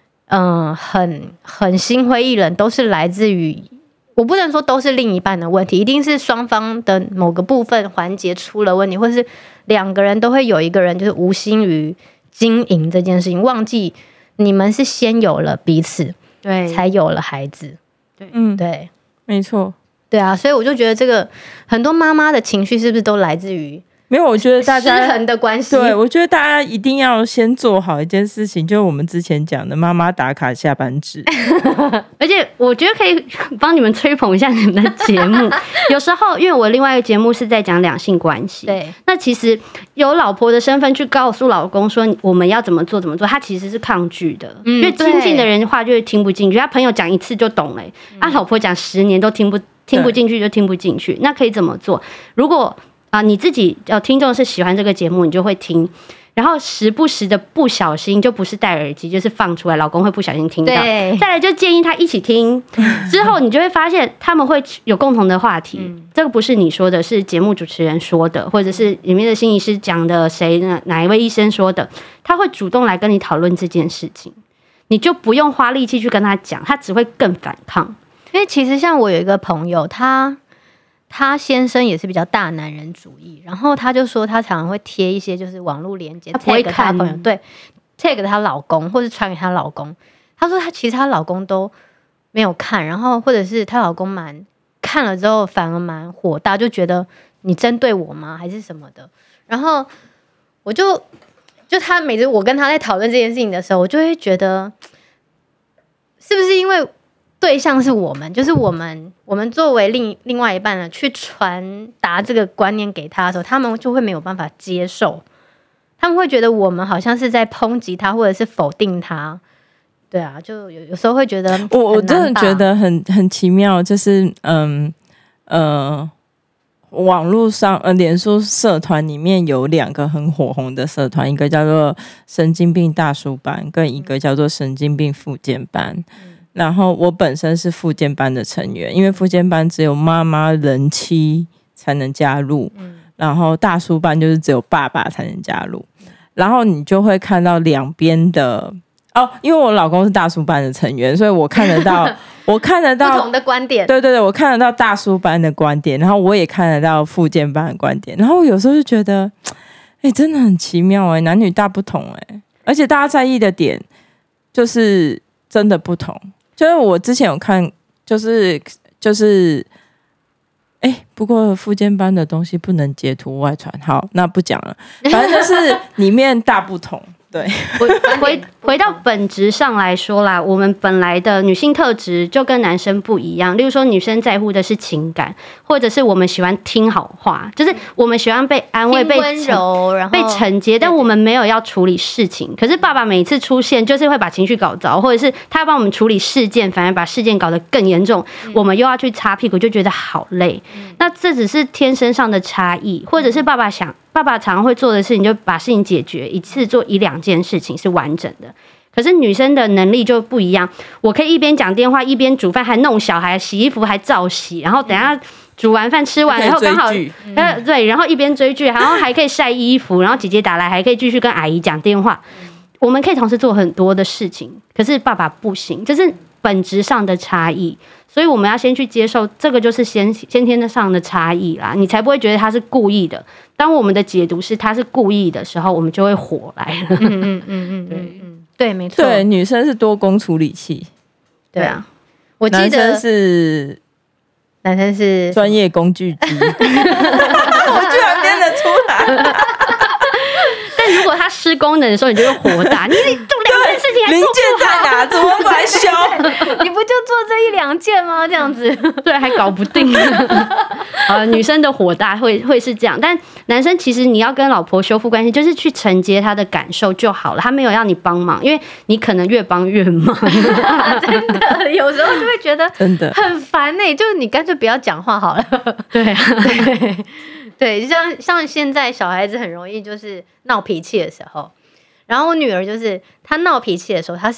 很心灰意冷，都是来自于，我不能说都是另一半的问题，一定是双方的某个部分环节出了问题，或是2个人都会有一个人就是无心于经营这件事情，忘记你们是先有了彼此， 对， 才有了孩子， 对， 对， 没错， 对啊，所以我就觉得这个很多妈妈的情绪是不是都来自于没有？我觉得大家失衡的关系。 对，我觉得大家一定要先做好一件事情，就是我们之前讲的妈妈打卡下班制。 而且我觉得可以帮你们吹捧一下你们的节目。有时候，因为我另外一个节目是在讲两性关系， 对， 那其实有老婆的身份去告诉老公说我们要怎么做，他其实是抗拒的，因为亲近的人的话就会听不进去，他朋友讲一次就懂了，老婆讲10年都听不进去就听不进去。那可以怎么做？如果你自己听众是喜欢这个节目，你就会听，然后时不时的不小心，就不是戴耳机，就是放出来，老公会不小心听到。再来就建议他一起听，之后你就会发现他们会有共同的话题。这个不是你说的，是节目主持人说的，或者是里面的心理师讲的，哪一位医生说的，他会主动来跟你讨论这件事情，你就不用花力气去跟他讲，他只会更反抗。 因为其实像我有一个朋友，他先生也是比较大男人主义，然后他就说他常常会贴一些就是网络连接， 他不会看， 朋友对 tag 她老公或是传给她老公。他说其实她老公都没有看，然后或者是她老公看了之后反而蛮火大，就觉得你针对我吗还是什么的。然后我就他每次我跟他在讨论这件事情的时候，我就会觉得是不是因为对象是我们，就是我们作为另外一半呢，去传达这个观念给他的时候，他们就会没有办法接受，他们会觉得我们好像是在抨击他，或者是否定他。对啊，就有时候会觉得我真的觉得很奇妙，就是网络上脸书社团里面有2个很火红的社团，一个叫做神经病大叔班，跟一个叫做神经病复健班。然后我本身是复健班的成员，因为复健班只有妈妈人妻才能加入，然后大叔班就是只有爸爸才能加入。然后你就会看到两边的因为我老公是大叔班的成员，所以我看得到不同的观点。 对对对，我看得到大叔班的观点，然后我也看得到复健班的观点。然后有时候就觉得真的很奇妙男女大不同而且大家在意的点就是真的不同。就是我之前有看，就是不过复健班的东西不能截图外传，好，那不讲了。反正就是里面大不同， 对， 回到本质上来说啦，我们本来的女性特质就跟男生不一样。例如说，女生在乎的是情感，或者是我们喜欢听好话，就是我们喜欢被安慰、被温柔，然后被承接，但我们没有要处理事情。可是爸爸每次出现，就是会把情绪搞糟，或者是他要帮我们处理事件，反而把事件搞得更严重，我们又要去擦屁股，就觉得好累。那这只是天生上的差异，或者是爸爸常常会做的事情，就把事情解决，一次做1-2件事情是完整的。可是女生的能力就不一样，我可以一边讲电话，一边煮饭，还弄小孩，洗衣服还照洗，然后等一下煮完饭吃完，然后刚好对，然后一边追剧，然后还可以晒衣服，然后姐姐打来还可以继续跟阿姨讲电话。我们可以同时做很多的事情，可是爸爸不行，这是本质上的差异。所以我们要先去接受，这个就是先天上的差异啦，你才不会觉得他是故意的。当我们的解读是他是故意的时候，我们就会火来了。 对，没错。 对，女生是多工处理器， 对啊， 我记得男生是专业工具机，我居然编得出来。 但如果他施功能的时候，你就会火大。你做2件事情还做不好， 零件在哪？怎么来修？ 你不就做这1-2件吗？这样子， 对，还搞不定。女生的火大会是这样，但男生其实你要跟老婆修复关系，就是去承接他的感受就好了。他没有要你帮忙，因为你可能越帮越忙。 真的，有时候就会觉得真的很烦欸，就是你干脆不要讲话好了。 对啊， 对，像现在小孩子很容易就是闹脾气的时候，然后我女儿就是她闹脾气的时候，她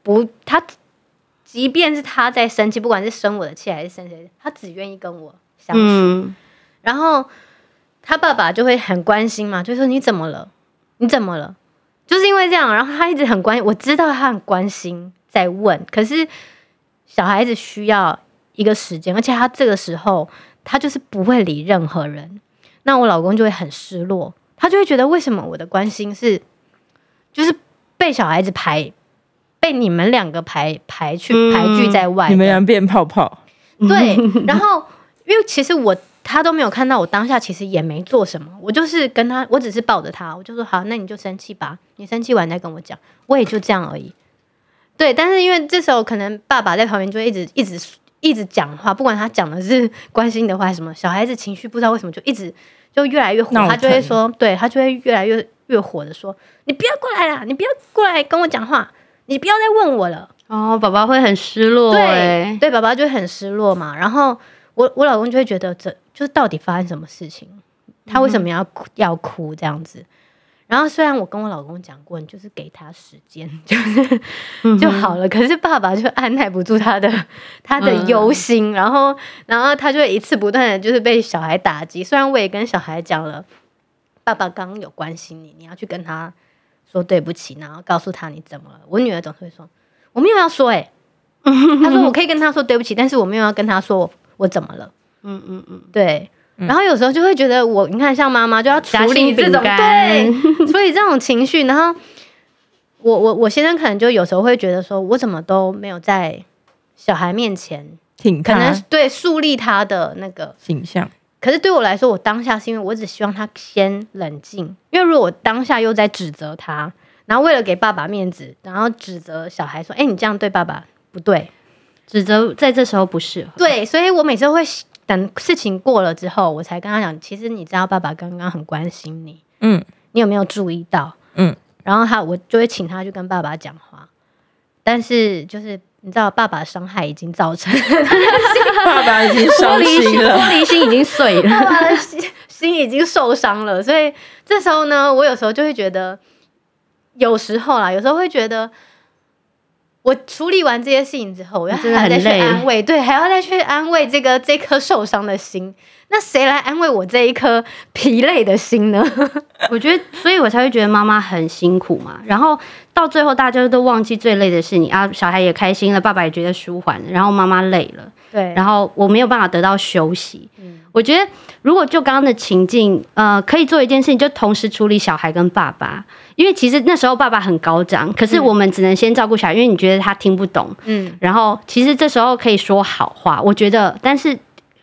即便是她在生气，不管是生我的气还是生谁，她只愿意跟我相处。然后她爸爸就会很关心嘛，就说你怎么了？你怎么了？就是因为这样，然后他一直很关心，我知道他很关心在问，可是小孩子需要一个时间，而且他这个时候他就是不会理任何人。那我老公就会很失落，他就会觉得为什么我的关心是就是被小孩子被你们2个排拒在外， 你们俩变泡泡。 对，然后因为其实他都没有看到我当下其实也没做什么，我就是跟他，我只是抱着他，我就说好，那你就生气吧，你生气完再跟我讲，我也就这样而已。对，但是因为这时候可能爸爸在旁边就一直讲话，不管他讲的是关心的话还是什么，小孩子情绪不知道为什么就越来越火，他就会说，对，他就会越来越火的说，你不要过来啦，你不要过来跟我讲话，你不要再问我了。 爸爸会很失落， 对，爸爸就会很失落嘛。然后我老公就会觉得就是到底发生什么事情，他为什么要哭这样子。然后虽然我跟我老公讲过，你就是给他时间，就好了。可是爸爸就按耐不住他的忧心，然后他就会一次不断的就是被小孩打击。虽然我也跟小孩讲了，爸爸刚刚有关心你，你要去跟他说对不起，然后告诉他你怎么了。我女儿总是会说我没有要说她说我可以跟他说对不起，但是我没有要跟他说我怎么了。对。然后有时候就会觉得你看像妈妈就要处理这种处理这种情绪，然后我先生可能就有时候会觉得说我怎么都没有在小孩面前可能对树立他的那个形象。 可是对我来说，我当下是因为我只希望他先冷静，因为如果我当下又在指责他，然后为了给爸爸面子，然后指责小孩说你这样对爸爸不对， 指责在这时候不适合。对， 所以我每次会等事情过了之后，我才跟他讲，其实你知道爸爸刚刚很关心你，你有没有注意到？然后我就会请他去跟爸爸讲话，但是就是你知道，爸爸的伤害已经造成， 爸爸已经伤心了， 玻璃心已经碎了， 爸爸的心已经受伤了，所以这时候呢，我有时候就会觉得，有时候会觉得。我处理完这些事情之后，我要再去安慰，对，还要再去安慰这颗受伤的心。那谁来安慰我这一颗疲累的心呢？ 我觉得，所以我才会觉得妈妈很辛苦嘛。然后到最后，大家都忘记最累的是你啊，小孩也开心了，爸爸也觉得舒缓了，然后妈妈累了， 对， 然后我没有办法得到休息。我觉得，如果就刚刚的情境，可以做一件事情，就同时处理小孩跟爸爸，因为其实那时候爸爸很高涨，可是我们只能先照顾小孩，因为你觉得他听不懂，然后其实这时候可以说好话，我觉得，但是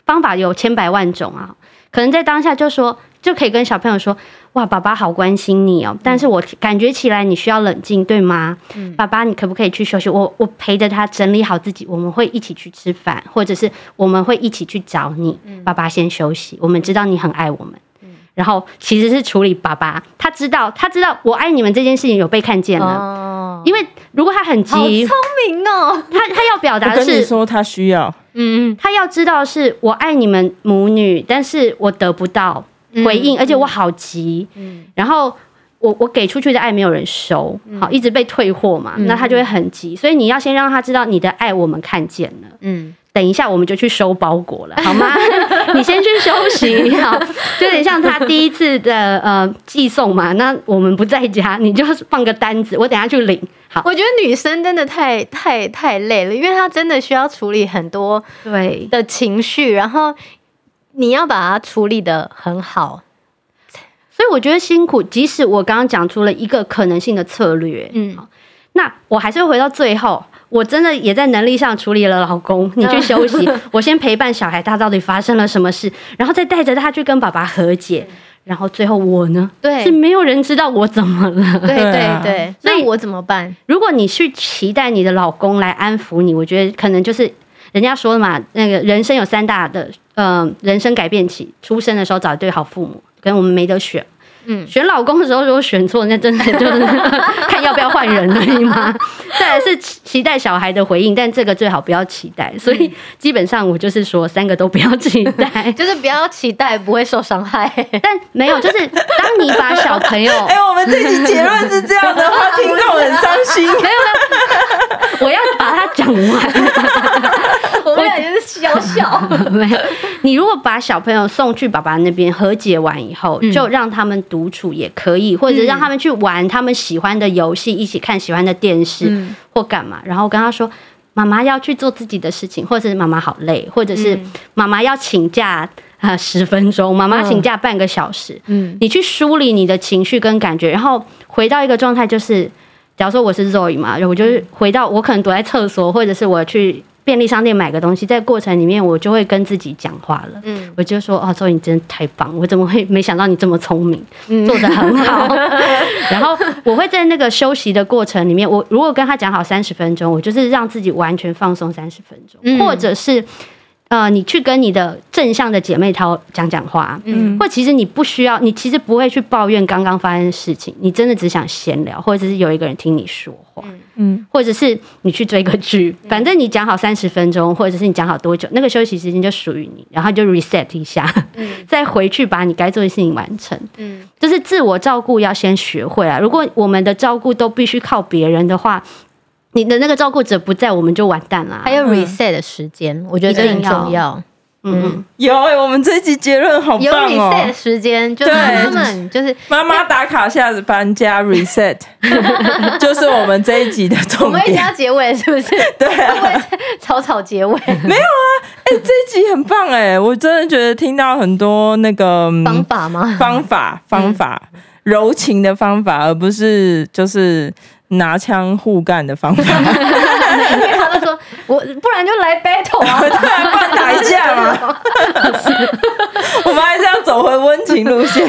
方法有千百万种啊，可能在当下就可以跟小朋友说，哇，爸爸好关心你哦，但是我感觉起来你需要冷静，对吗？爸爸，你可不可以去休息？我陪着他整理好自己，我们会一起去吃饭，或者是我们会一起去找你。爸爸先休息，我们知道你很爱我们。然后其实是处理爸爸，他知道我爱你们这件事情有被看见了，因为如果他很急， 好聪明哦， 他要表达的是， 我跟你说他需要， 他要知道是我爱你们母女，但是我得不到回应，而且我好急，然后我给出去的爱没有人收，好，一直被退货嘛，那他就会很急，所以你要先让他知道你的爱我们看见了，等一下我们就去收包裹了，好吗？你先去休息，好，就有点像他第一次的寄送嘛，那我们不在家，你就放个单子，我等一下去领。好， 我觉得女生真的太累了，因为她真的需要处理很多对的情绪，然后你要把它处理得很好。 所以我觉得辛苦，即使我刚刚讲出了一个可能性的策略，那我还是会回到最后，我真的也在能力上处理了老公，你去休息，我先陪伴小孩，他到底发生了什么事，然后再带着他去跟爸爸和解，然后最后我呢， 对， 是没有人知道我怎么了， 对，所以我怎么办？ 如果你去期待你的老公来安抚你，我觉得可能就是人家说的嘛，那个人生有3大的人生改变期，出生的时候找一对好父母，可能我们没得选。选老公的时候如果选错，那真的就是看要不要换人而已嘛。再来是期待小孩的回应，但这个最好不要期待。所以基本上我就是说3个都不要期待， 就是不要期待不会受伤害。 但没有，就是当你把小朋友， 我们这集结论是这样的话，听众很伤心。 没有，我要把它讲完。 我们俩就是笑。 没有，你如果把小朋友送去爸爸那边和解完以后，就让他们独处也可以，或者让他们去玩他们喜欢的游戏，一起看喜欢的电视，或干嘛。然后跟他说，妈妈要去做自己的事情，或者是妈妈好累，或者是妈妈要请假10分钟，妈妈请假半个小时。你去梳理你的情绪跟感觉，然后回到一个状态，就是假如说我是 Zoe 嘛，我就是回到我可能躲在厕所，或者是我去便利商店买个东西，在过程里面我就会跟自己讲话了。我就说Zoe 你真的太棒，我怎么会没想到你这么聪明，做得很好。然后我会在那个休息的过程里面，我如果跟他讲好30分钟，我就是让自己完全放松30分钟，或者是你去跟你的正向的姐妹淘讲话，或其实你不需要，你其实不会去抱怨刚刚发生的事情，你真的只想闲聊，或者是有一个人听你说话，或者是你去追个剧，反正你讲好30分钟，或者是你讲好多久，那个休息时间就属于你，然后就 reset 一下，再回去把你该做的事情完成。就是自我照顾要先学会啊，如果我们的照顾都必须靠别人的话，你的那个照顾者不在，我们就完蛋了。 还有 reset 的时间，我觉得这很重要。 有我们这一集结论好棒有 reset 时间，就是他们就是妈妈打卡下班加 reset， 就是我们这一集的重点。 我们一定要结尾是不是？ 对啊， 会不会草结尾？ 没有啊，这一集很棒我真的觉得听到很多那个方法吗？ 方法，柔情的方法，而不是就是拿枪互干的方法。 因为他都说不然就来 battle 啊， 对啊，不然打一架嘛。我们还是要走回温情路线。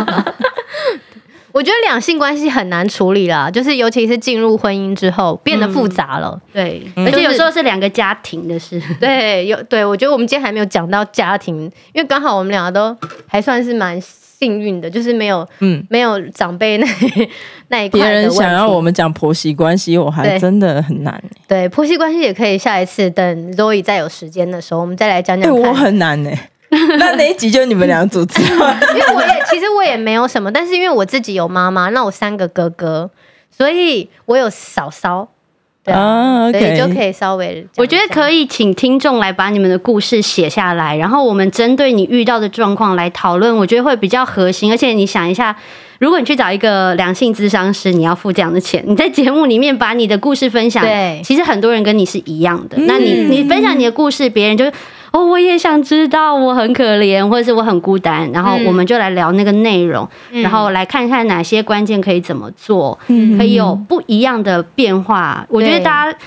我觉得两性关系很难处理啦，就是尤其是进入婚姻之后变得复杂了。 对，而且有时候是2个家庭的事。 对，我觉得我们今天还没有讲到家庭，因为刚好我们两个都还算是蛮幸运的，就是没有长辈那一块的问题。 别人想要我们讲婆媳关系，我还真的很难。 对，婆媳关系也可以下一次等 Zoe 再有时间的时候，我们再来讲讲看。 我很难那一集就你们俩主持。因为其实我也没有什么，但是因为我自己有妈妈，那我3个哥哥，所以我有嫂嫂。对所以就可以稍微， 我觉得可以请听众来把你们的故事写下来，然后我们针对你遇到的状况来讨论，我觉得会比较核心。而且你想一下，如果你去找一个两性咨商师，你要付这样的钱，你在节目里面把你的故事分享，对，其实很多人跟你是一样的。那你分享你的故事，别人就我也想知道，我很可怜，或者是我很孤单，然后我们就来聊那个内容，然后来看看哪些关键可以怎么做，可以有不一样的变化。我觉得大家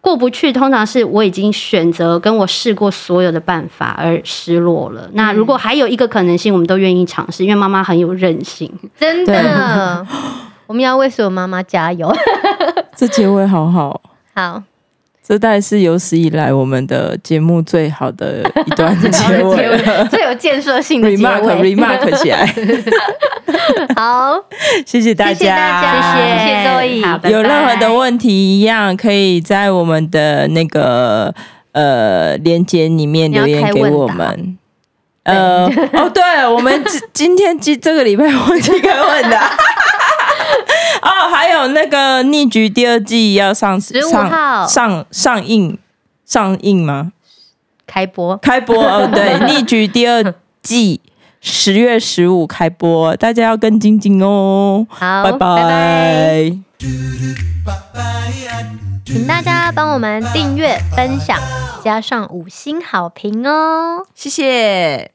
过不去，通常是我已经选择跟我试过所有的办法而失落了。那如果还有一个可能性，我们都愿意尝试，因为妈妈很有韧性， 真的。我们要为所有妈妈加油。 这结尾好好， 好， 这大概是有史以来我们的节目最好的一段结尾最有建设性的结尾 remark 起来。 好， 谢谢大家， 谢谢大家，谢谢周易。 好，拜拜。 有任何的问题一样，可以在我们的那个连结里面留言给我们。对，我们今天这个礼拜忘记开问答。还有那个逆局第2季要 15号上映吗？ 开播对，逆局第2季10月15开播，大家要跟紧紧哦。 好， 拜拜。 请大家帮我们订阅、分享，加上5星好评哦， 谢谢。